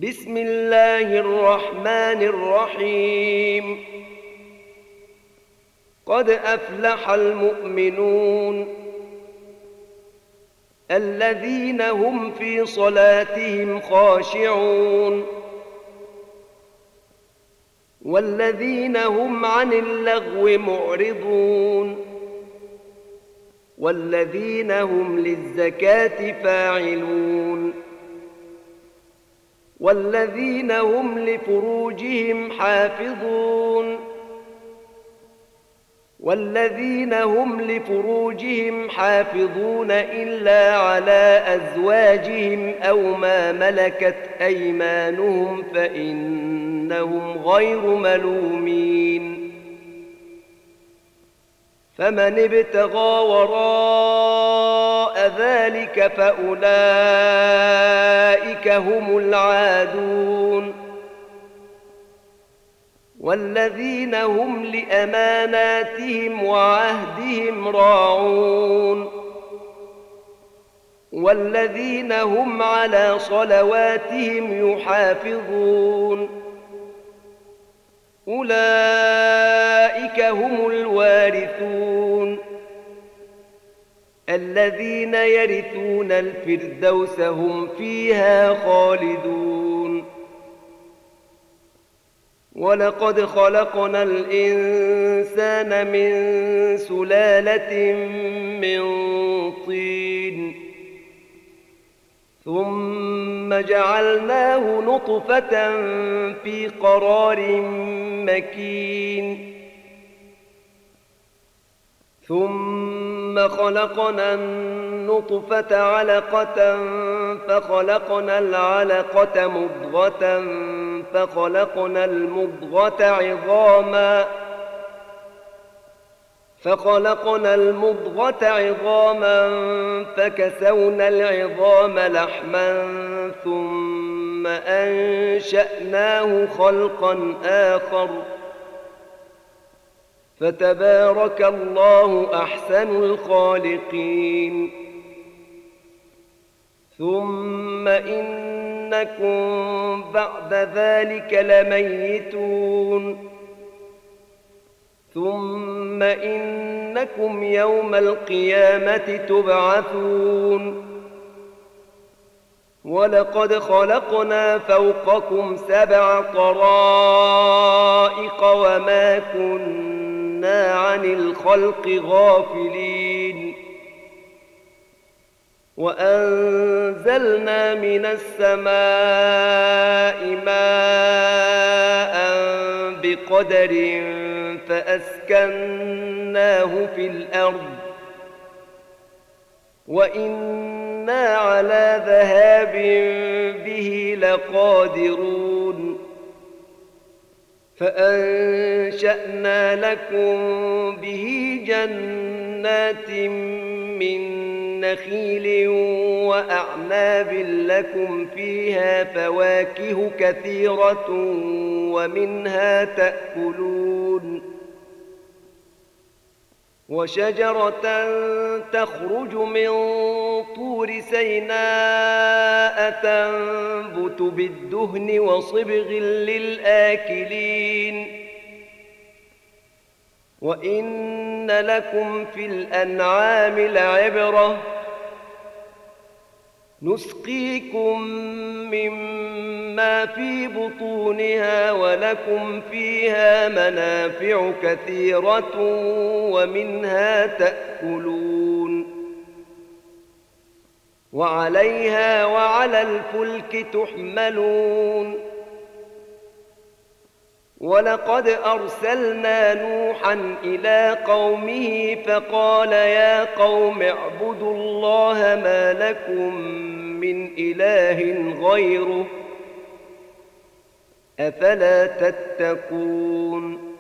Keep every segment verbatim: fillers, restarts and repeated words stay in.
بسم الله الرحمن الرحيم. قد أفلح المؤمنون الذين هم في صلاتهم خاشعون والذين هم عن اللغو معرضون والذين هم للزكاة فاعلون والذين هم لفروجهم حافظون والذين هم لفروجهم حافظون إلا على أزواجهم أو ما ملكت أيمانهم فإنهم غير ملومين. فمن ابتغى وراء ذلك فأولئك هم العادون والذين هم لأماناتهم وعهدهم راعون والذين هم على صلواتهم يحافظون أولئك هم الوارثون الذين يرثون الفردوس هم فيها خالدون. ولقد خلقنا الإنسان من سلالة من طين ثم جعلناه نطفة في قرار مكين ثم خلقنا النطفة علقة فخلقنا العلقة مضغة فخلقنا المضغة عظاما فخلقنا المضغة عظاما فكسونا العظام لحما ثم أنشأناه خلقا آخر فتبارك الله أحسن الخالقين. ثم إنكم بعد ذلك لميتون ثم إنكم يوم القيامة تبعثون. ولقد خلقنا فوقكم سبع طرائق وما كنا عن الخلق غافلين وأنزلنا من السماء ماء بقدر فأسكناه في الأرض وإنا على ذهاب به لقادرون. فأنشأنا لكم به جنات من نخيل وأعناب لكم فيها فواكه كثيرة ومنها تأكلون وشجرة تخرج من طور سيناء تنبت بالدهن وصبغ للآكلين وإن لكم في الأنعام لعبرة نسقيكم مما في بطونها ولكم فيها منافع كثيرة ومنها تأكلون وعليها وعلى الفلك تحملون. ولقد أرسلنا نوحا إلى قومه فقال يا قوم اعبدوا الله ما لكم من إله غيره أفلا تتقون.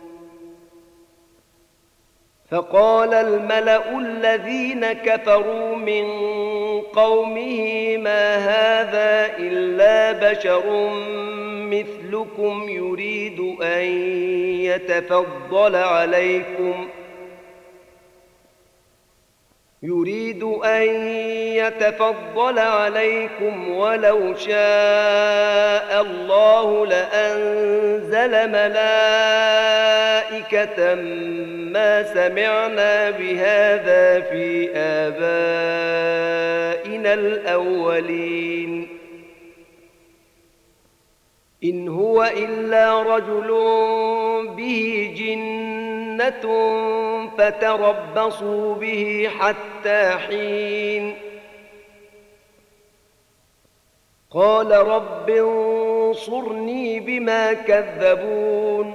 فقال الملأ الذين كفروا من قومه ما هذا إلا بشر مثلكم يريد أن يتفضل عليكم يريد أن يتفضل عليكم ولو شاء الله لأنزل ملائكة ما سمعنا بهذا في آبائنا الأولين إن هو إلا رجل به جنة فتربصوا به حتى حين قال رب انصرني بما كذبون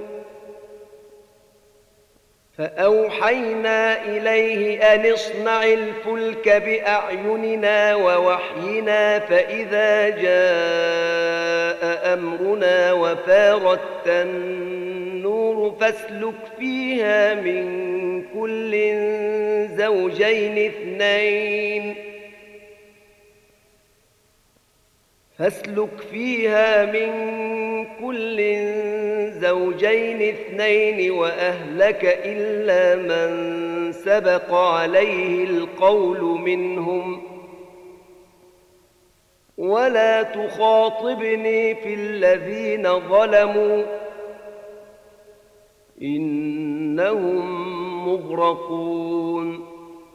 فأوحينا إليه أن اصنع الفلك بأعيننا ووحينا فإذا جاء أمرنا وفارت النور فاسلك فيها من كل زوجين اثنين فاسلك فيها من كل زوجين اثنين وأهلك إلا من سبق عليه القول منهم ولا تخاطبني في الذين ظلموا إنهم مغرقون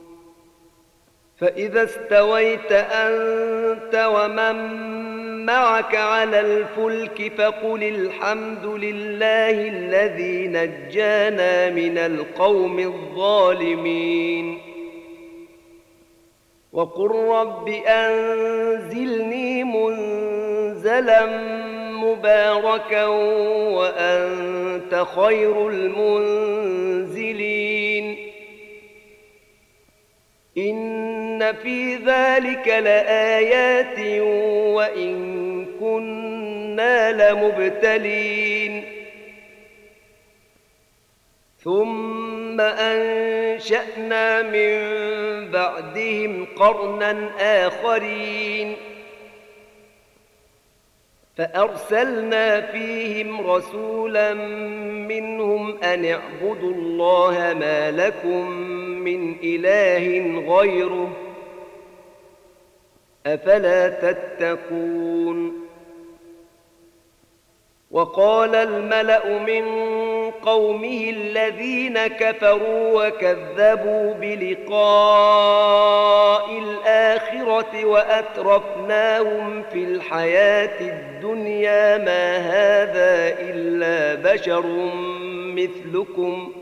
فإذا استويت أنت ومن معك على الفلك فقل الحمد لله الذي نجانا من القوم الظالمين وقل رب أنزلني منزلا مباركا وأنت خير المنزلين إن في ذلك لآيات وإن كنا لمبتلين ثم أنشأنا من بعدهم قرنا آخرين فأرسلنا فيهم رسولا منهم أن اعبدوا الله ما لكم من إله غيره أفلا تتقون وقال الملأ من قومه الذين كفروا وكذبوا بلقاء الآخرة وأترفناهم في الحياة الدنيا ما هذا إلا بشر مثلكم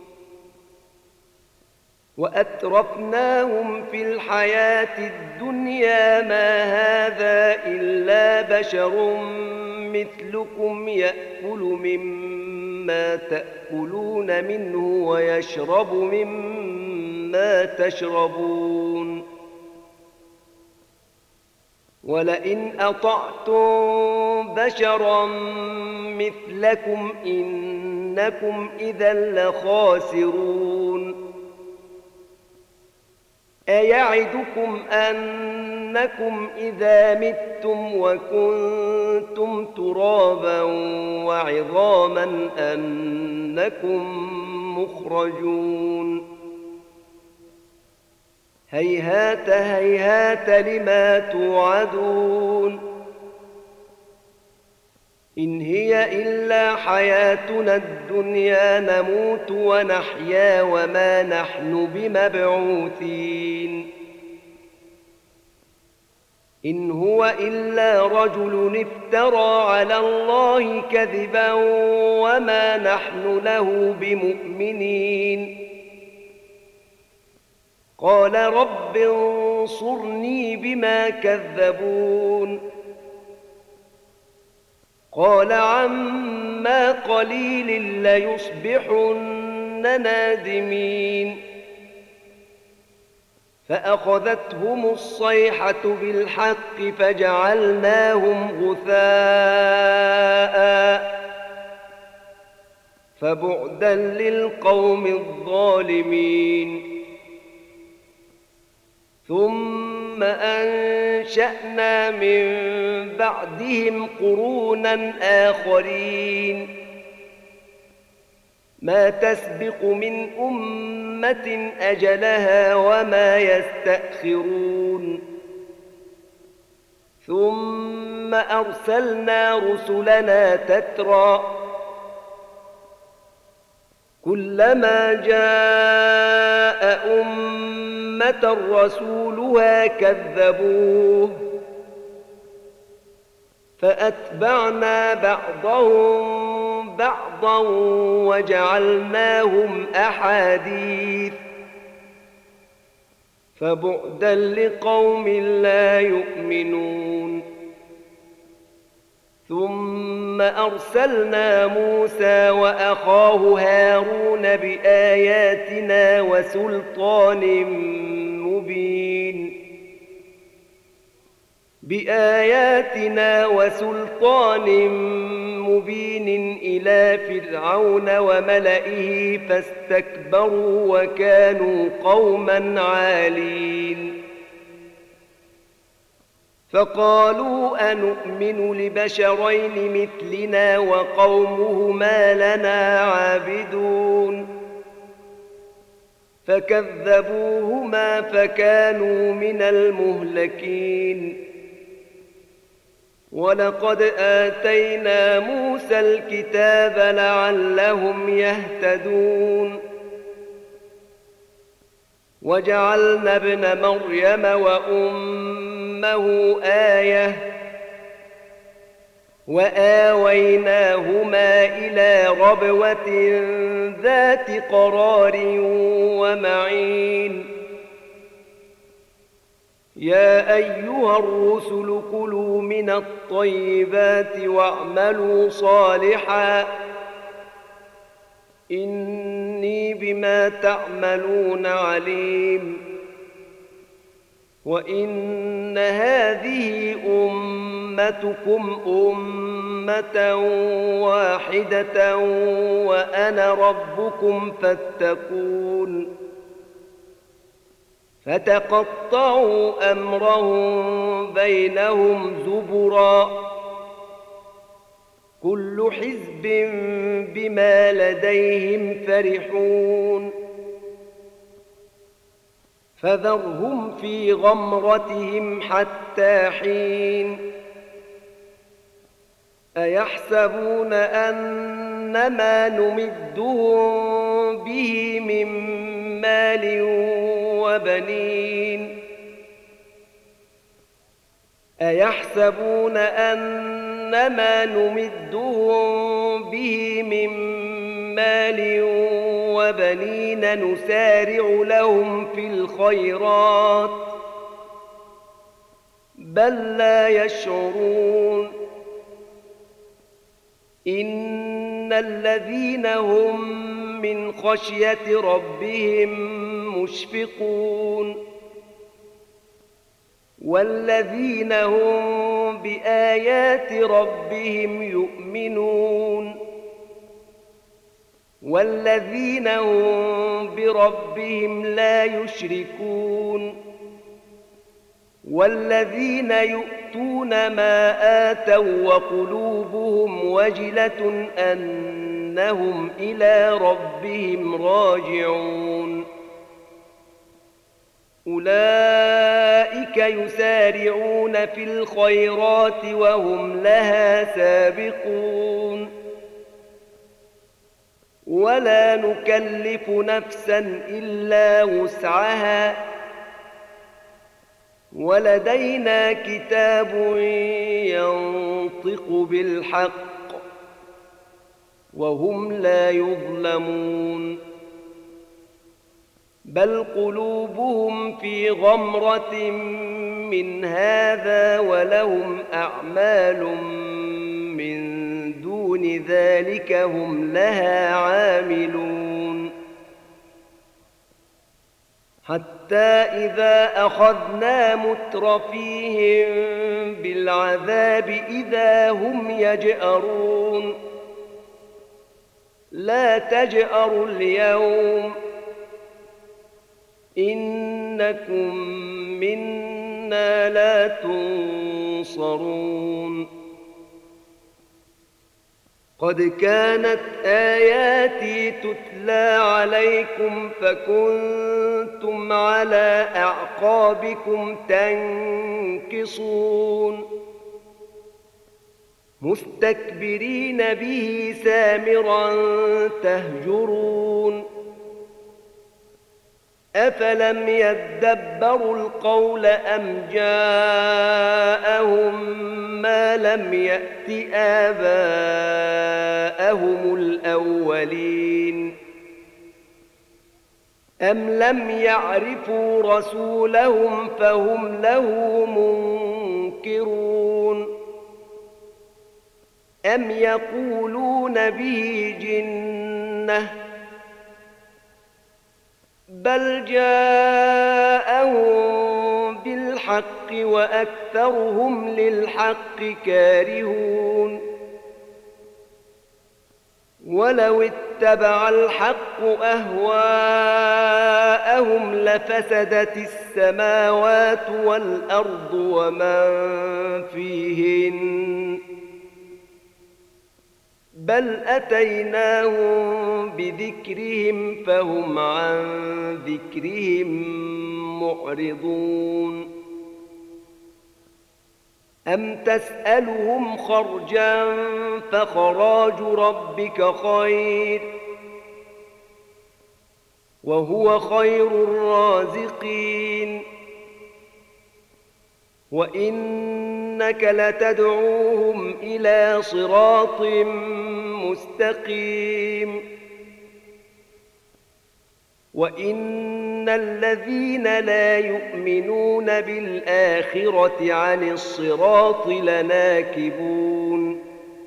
وأترفناهم في الحياة الدنيا ما هذا إلا بشر مثلكم يأكل مما تأكلون منه ويشرب مما تشربون ولئن أطعتم بشرا مثلكم إنكم إذا لخاسرون أيعدكم أنكم إذا متم وكنتم ترابا وعظاما أنكم مخرجون هيهات هيهات لما توعدون إن هي إلا حياتنا الدنيا نموت ونحيا وما نحن بمبعوثين إن هو إلا رجل افترى على الله كذبا وما نحن له بمؤمنين قال رب انصرني بما كذبون قال عما قليل ليصبحن نادمين فأخذتهم الصيحة بالحق فجعلناهم غثاء فبعدا للقوم الظالمين ثم أنشأنا من بعدهم قرونا آخرين ما تسبق من أمة أجلها وما يستأخرون ثم أرسلنا رسلنا تترى كلما جاء أمة رسولها كذبوه فأتبعنا بعضهم بعضا وجعلناهم أحاديث فبعدا لقوم لا يؤمنون ثم أرسلنا موسى وأخاه هارون بآياتنا وسلطان مبين بآياتنا وسلطان مبين إلى فرعون وملئه فاستكبروا وكانوا قوما عالين فقالوا أنؤمن لبشرين مثلنا وقومهما لنا عابدون فكذبوهما فكانوا من المهلكين ولقد آتينا موسى الكتاب لعلهم يهتدون وجعلنا ابن مريم وأمه آية وآويناهما إلى ربوة ذات قرار ومعين يا أيها الرسل كلوا من الطيبات واعملوا صالحا إني بما تعملون عليم وإن هذه أمتكم أمة واحدة وأنا ربكم فاتقون فتقطعوا أمرهم بينهم زبرا كل حزب بما لديهم فرحون فذرهم في غمرتهم حتى حين أيحسبون أن ما نمدهم به من مال وبنين أيحسبون أن ما نمدهم به من مال وبنين نسارع لهم في الخيرات بل لا يشعرون إن الذين هم من خشية ربهم مشفقون والذين هم بآيات ربهم يؤمنون والذين هم بربهم لا يشركون والذين يؤتون ما آتوا وقلوبهم وجلة أنهم إلى ربهم راجعون أولئك يسارعون في الخيرات وهم لها سابقون ولا نكلف نفسا إلا وسعها ولدينا كتاب ينطق بالحق وهم لا يظلمون بل قلوبهم في غمرة من هذا ولهم أعمال من دون ذلك هم لها عاملون حتى إذا أخذنا مترفيهم بالعذاب إذا هم يجأرون لا تجأروا اليوم إنكم منا لا تنصرون قد كانت آياتي تتلى عليكم فكنتم على أعقابكم تنكصون مستكبرين به سامرا تهجرون أفلم يدبروا القول أم جاءهم ما لم يأت آباءهم الأولين أم لم يعرفوا رسولهم فهم له منكرون أم يقولون به جنة بل جاءهم بالحق وأكثرهم للحق كارهون ولو اتبع الحق أهواءهم لفسدت السماوات والأرض ومن فيهن بل أتيناهم بذكرهم فهم عن ذكرهم معرضون أم تسألهم خرجا فخراج ربك خير وهو خير الرازقين وإنك لتدعوهم إلى صراط مستقيم وإن الذين لا يؤمنون بالآخرة عن الصراط لناكبون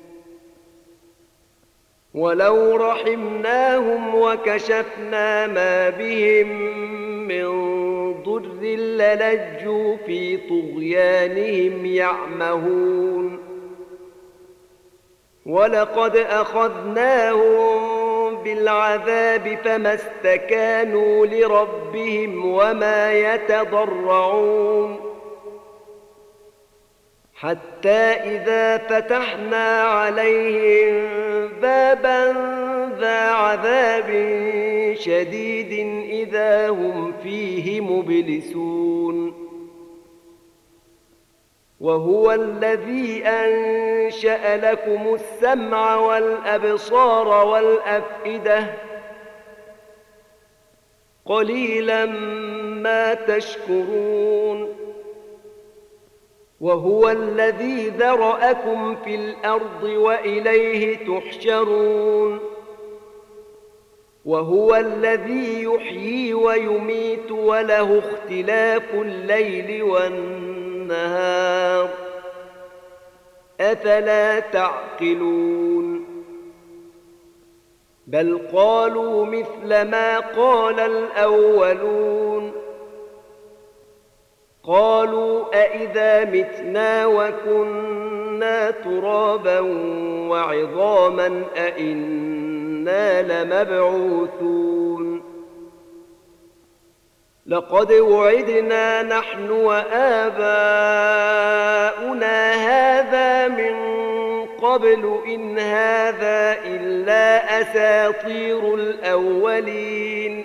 ولو رحمناهم وكشفنا ما بهم من ضر للجوا في طغيانهم يعمهون ولقد أخذناهم بالعذاب فما استكانوا لربهم وما يتضرعون حتى إذا فتحنا عليهم بابا ذا عذاب شديد إذا هم فيه مبلسون وهو الذي أنشأ لكم السمع والأبصار والأفئدة قليلا ما تشكرون وهو الذي ذرأكم في الأرض وإليه تحشرون وهو الذي يحيي ويميت وله اختلاف الليل والنهار أفلا تعقلون بل قالوا مثل ما قال الأولون قالوا أإذا متنا وكنا ترابا وعظاما أإنا لمبعوثون لقد وعدنا نحن وآباؤنا هذا من قبل إن هذا إلا أساطير الأولين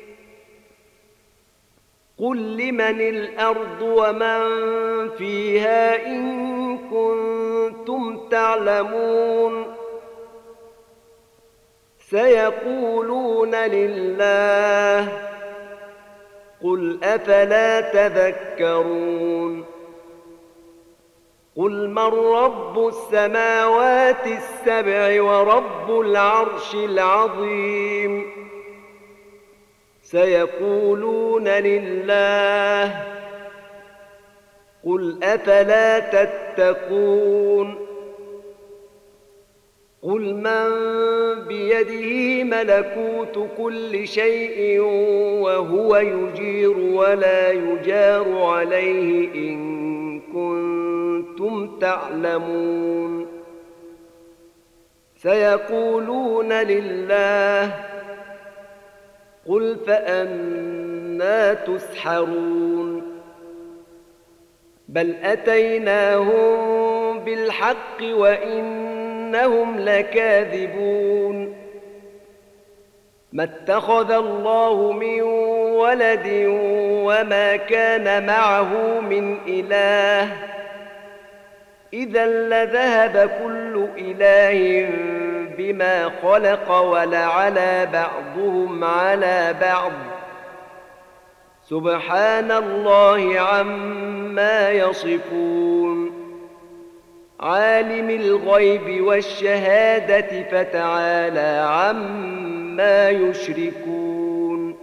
قل لمن الأرض ومن فيها إن كنتم تعلمون سيقولون لله قل أفلا تذكرون قل من رب السماوات السبع ورب العرش العظيم سيقولون لله قل أفلا تتقون قل من بيده ملكوت كل شيء وهو يجير ولا يجار عليه إن كنتم تعلمون سيقولون لله قل فأنى تسحرون بل أتيناهم بالحق وإنهم إنهم لكاذبون ما اتخذ الله من ولد وما كان معه من إله إذا لذهب كل إله بما خلق ولعلى بعضهم على بعض سبحان الله عما يصفون عالم الغيب والشهادة فتعالى عما يشركون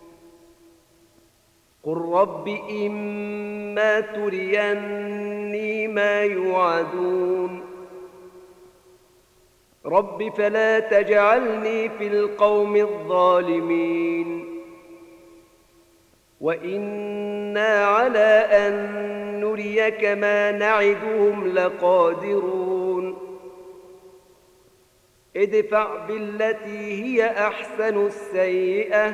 قل رب إما تريني ما يوعدون رب فلا تجعلني في القوم الظالمين وإنا على أن نريك ما نعدهم لقادرون ادفع بالتي هي أحسن السيئة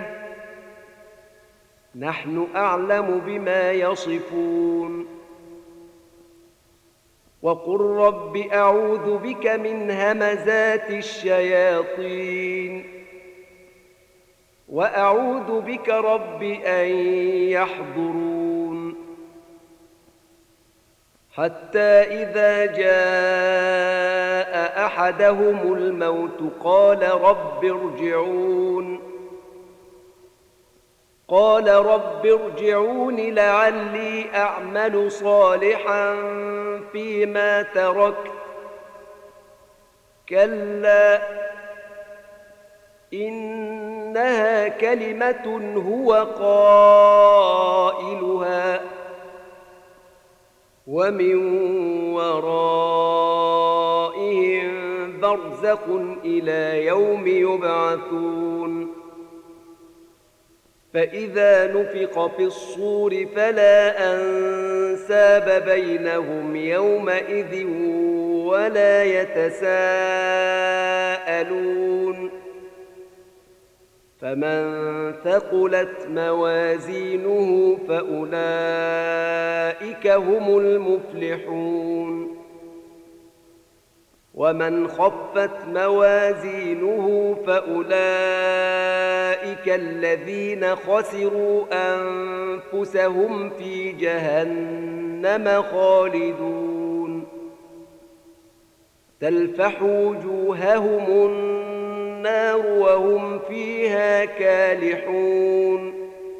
نحن أعلم بما يصفون وقل رب أعوذ بك من همزات الشياطين وأعوذ بك رب أن يحضرون حتى إذا جاء أحدهم الموت قال رب ارجعون قال رب ارجعون لعلي أعمل صالحا فيما تركت كلا إنها كلمة هو قائلها ومن ورائهم برزخ إلى يوم يبعثون فإذا نفخ في الصور فلا أنساب بينهم يومئذ ولا يتساءلون فمن ثقلت موازينه فأولئك هم المفلحون ومن خفت موازينه فأولئك الذين خسروا أنفسهم في جهنم خالدون تلفح وجوههم النار وهم فيها كالحون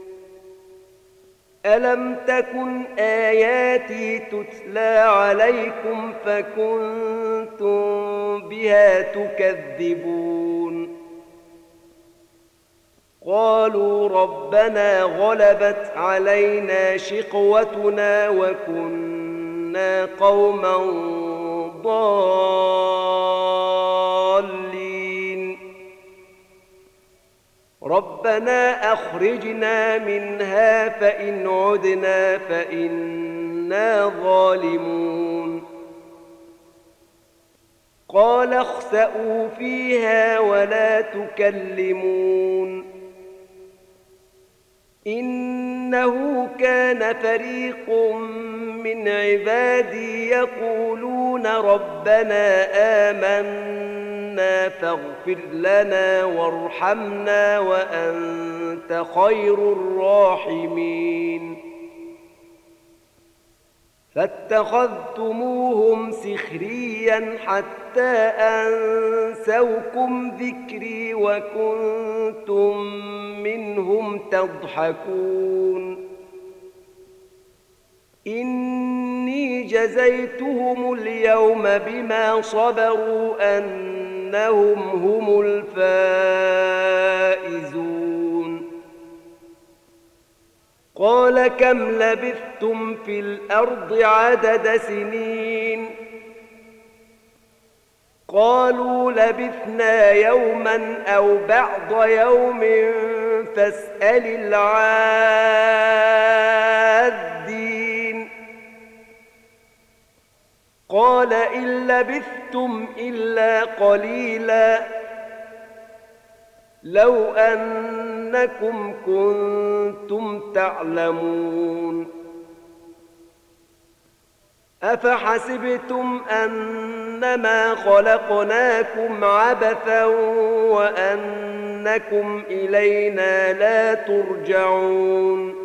ألم تكن آياتي تتلى عليكم فكنتم بها تكذبون قالوا ربنا غلبت علينا شقوتنا وكنا قوما ضالين ربنا أخرجنا منها فإن عدنا فإنا ظالمون قال اخسئوا فيها ولا تكلمون إنه كان فريق من عبادي يقولون ربنا آمنا فاغفر لنا وارحمنا وأنت خير الراحمين فاتخذتموهم سخريا حتى أنسوكم ذكري وكنتم منهم تضحكون إني جزيتهم اليوم بما صبروا أنهم هم الفائزون قال كم لبثتم في الأرض عدد سنين قالوا لبثنا يوما أو بعض يوم فاسأل العادين قال إن لبثتم إلا قليلا لو أنكم كنتم تعلمون أفحسبتم أنما خلقناكم عبثا وأنكم إلينا لا ترجعون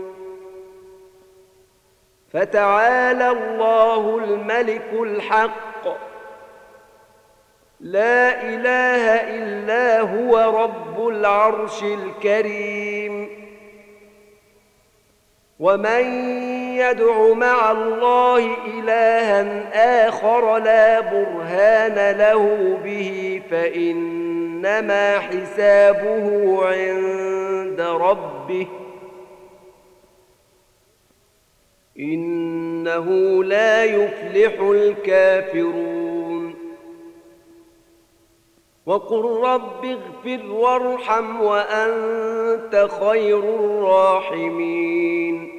فتعالى الله الملك الحق لا إله إلا هو رب العرش الكريم ومن يدع مع الله إلها آخر لا برهان له به فإنما حسابه عند ربه إنه لا يفلح الكافرون وقل رب اغفر وارحم وأنت خير الراحمين